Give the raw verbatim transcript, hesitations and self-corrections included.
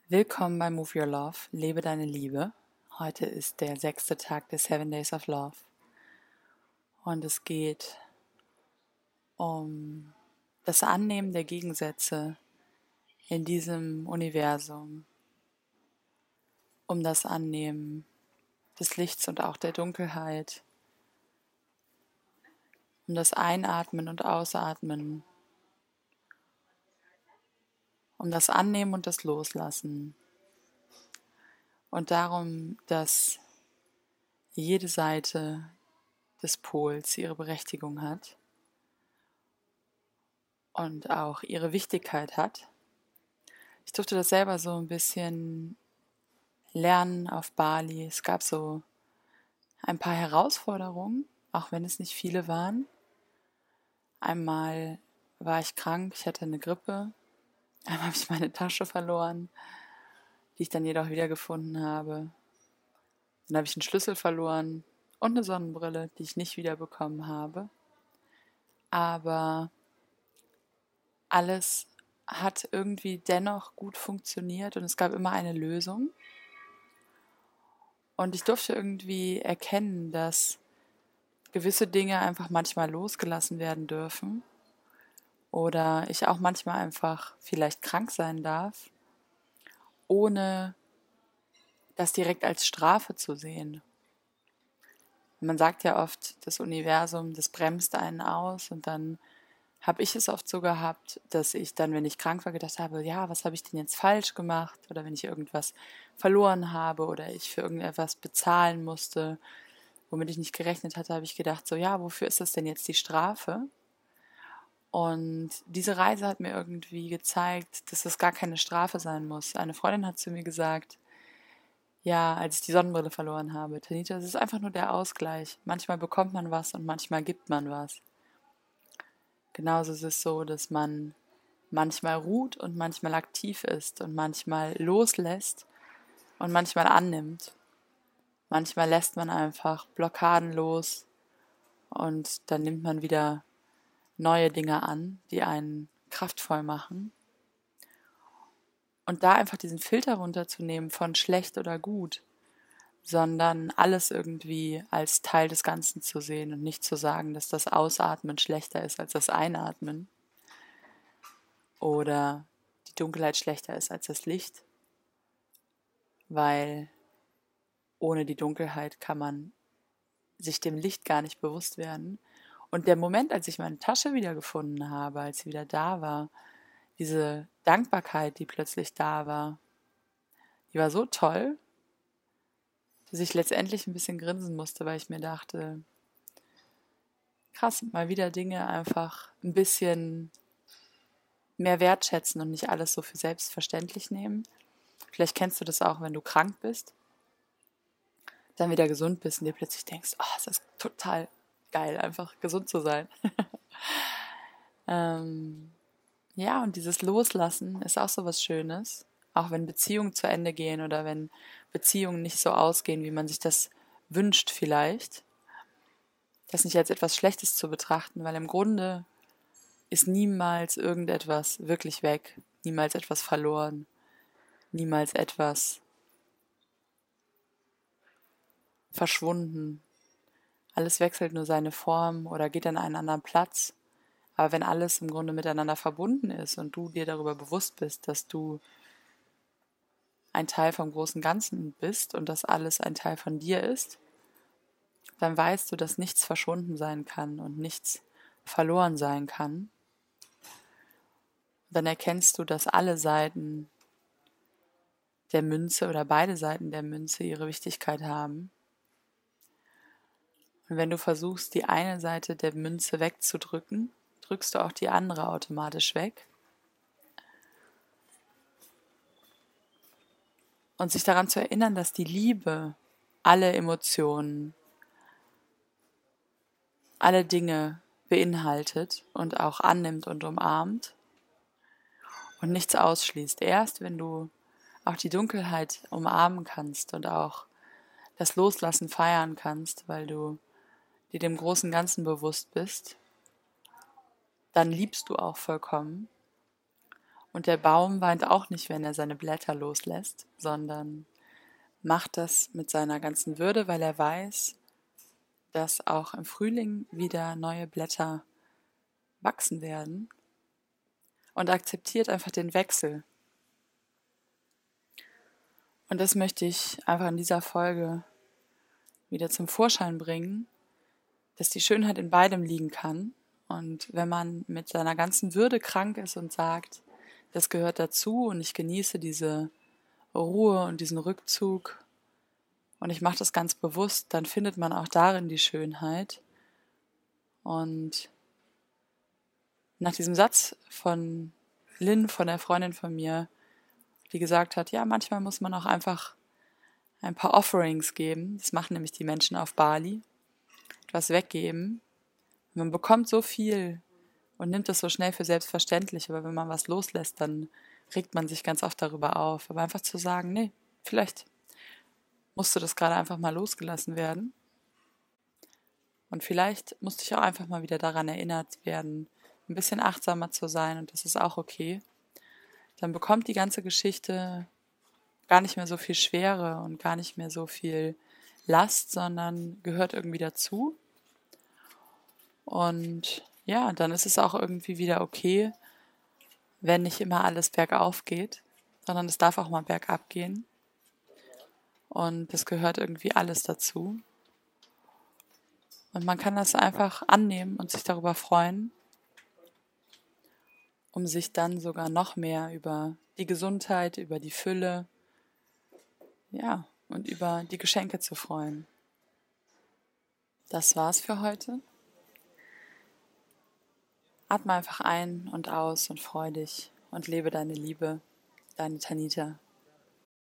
Willkommen bei Move Your Love, lebe deine Liebe. Heute ist der sechste Tag der Seven Days of Love und es geht um das Annehmen der Gegensätze in diesem Universum, um das Annehmen des Lichts und auch der Dunkelheit, um das Einatmen und Ausatmen, um das Annehmen und das Loslassen und darum, dass jede Seite des Pols ihre Berechtigung hat und auch ihre Wichtigkeit hat. Ich durfte das selber so ein bisschen lernen auf Bali. Es gab so ein paar Herausforderungen, auch wenn es nicht viele waren. Einmal war ich krank, ich hatte eine Grippe. Einmal habe ich meine Tasche verloren, die ich dann jedoch wiedergefunden habe. Dann habe ich einen Schlüssel verloren und eine Sonnenbrille, die ich nicht wiederbekommen habe. Aber alles hat irgendwie dennoch gut funktioniert und es gab immer eine Lösung. Und ich durfte irgendwie erkennen, dass gewisse Dinge einfach manchmal losgelassen werden dürfen oder ich auch manchmal einfach vielleicht krank sein darf, ohne das direkt als Strafe zu sehen. Man sagt ja oft, das Universum, das bremst einen aus und dann habe ich es oft so gehabt, dass ich dann, wenn ich krank war, gedacht habe, ja, was habe ich denn jetzt falsch gemacht? Oder wenn ich irgendwas verloren habe oder ich für irgendetwas bezahlen musste, womit ich nicht gerechnet hatte, habe ich gedacht, so, ja, wofür ist das denn jetzt die Strafe? Und diese Reise hat mir irgendwie gezeigt, dass das gar keine Strafe sein muss. Eine Freundin hat zu mir gesagt, ja, als ich die Sonnenbrille verloren habe, Tanita, es ist einfach nur der Ausgleich. Manchmal bekommt man was und manchmal gibt man was. Genauso ist es so, dass man manchmal ruht und manchmal aktiv ist und manchmal loslässt und manchmal annimmt. Manchmal lässt man einfach Blockaden los und dann nimmt man wieder neue Dinge an, die einen kraftvoll machen. Und da einfach diesen Filter runterzunehmen von schlecht oder gut, sondern alles irgendwie als Teil des Ganzen zu sehen und nicht zu sagen, dass das Ausatmen schlechter ist als das Einatmen oder die Dunkelheit schlechter ist als das Licht, weil ohne die Dunkelheit kann man sich dem Licht gar nicht bewusst werden. Und der Moment, als ich meine Tasche wiedergefunden habe, als sie wieder da war, diese Dankbarkeit, die plötzlich da war, die war so toll, dass ich letztendlich ein bisschen grinsen musste, weil ich mir dachte, krass, mal wieder Dinge einfach ein bisschen mehr wertschätzen und nicht alles so für selbstverständlich nehmen. Vielleicht kennst du das auch, wenn du krank bist, dann wieder gesund bist und dir plötzlich denkst, oh, es ist total geil, einfach gesund zu sein. ähm, ja, und dieses Loslassen ist auch so was Schönes. Auch wenn Beziehungen zu Ende gehen oder wenn Beziehungen nicht so ausgehen, wie man sich das wünscht vielleicht. Das nicht als etwas Schlechtes zu betrachten, weil im Grunde ist niemals irgendetwas wirklich weg, niemals etwas verloren, niemals etwas verschwunden. Alles wechselt nur seine Form oder geht an einen anderen Platz. Aber wenn alles im Grunde miteinander verbunden ist und du dir darüber bewusst bist, dass du ein Teil vom großen Ganzen bist und dass alles ein Teil von dir ist, dann weißt du, dass nichts verschwunden sein kann und nichts verloren sein kann. Dann erkennst du, dass alle Seiten der Münze oder beide Seiten der Münze ihre Wichtigkeit haben. Und wenn du versuchst, die eine Seite der Münze wegzudrücken, drückst du auch die andere automatisch weg. Und sich daran zu erinnern, dass die Liebe alle Emotionen, alle Dinge beinhaltet und auch annimmt und umarmt und nichts ausschließt. Erst wenn du auch die Dunkelheit umarmen kannst und auch das Loslassen feiern kannst, weil du dir dem großen Ganzen bewusst bist, dann liebst du auch vollkommen. Und der Baum weint auch nicht, wenn er seine Blätter loslässt, sondern macht das mit seiner ganzen Würde, weil er weiß, dass auch im Frühling wieder neue Blätter wachsen werden, und akzeptiert einfach den Wechsel. Und das möchte ich einfach in dieser Folge wieder zum Vorschein bringen, dass die Schönheit in beidem liegen kann. Und wenn man mit seiner ganzen Würde krank ist und sagt, das gehört dazu und ich genieße diese Ruhe und diesen Rückzug und ich mache das ganz bewusst, dann findet man auch darin die Schönheit. Und nach diesem Satz von Lynn, von der Freundin von mir, die gesagt hat, ja, manchmal muss man auch einfach ein paar Offerings geben. Das machen nämlich die Menschen auf Bali. Etwas weggeben. Man bekommt so viel und nimmt das so schnell für selbstverständlich. Aber wenn man was loslässt, dann regt man sich ganz oft darüber auf. Aber einfach zu sagen, nee, vielleicht musste das gerade einfach mal losgelassen werden. Und vielleicht musste ich auch einfach mal wieder daran erinnert werden, ein bisschen achtsamer zu sein, und das ist auch okay. Dann bekommt die ganze Geschichte gar nicht mehr so viel Schwere und gar nicht mehr so viel Last, sondern gehört irgendwie dazu. Und ja, dann ist es auch irgendwie wieder okay, wenn nicht immer alles bergauf geht, sondern es darf auch mal bergab gehen. Und es gehört irgendwie alles dazu. Und man kann das einfach annehmen und sich darüber freuen, um sich dann sogar noch mehr über die Gesundheit, über die Fülle, ja, und über die Geschenke zu freuen. Das war's für heute. Atme einfach ein und aus und freu dich und lebe deine Liebe, deine Tanita.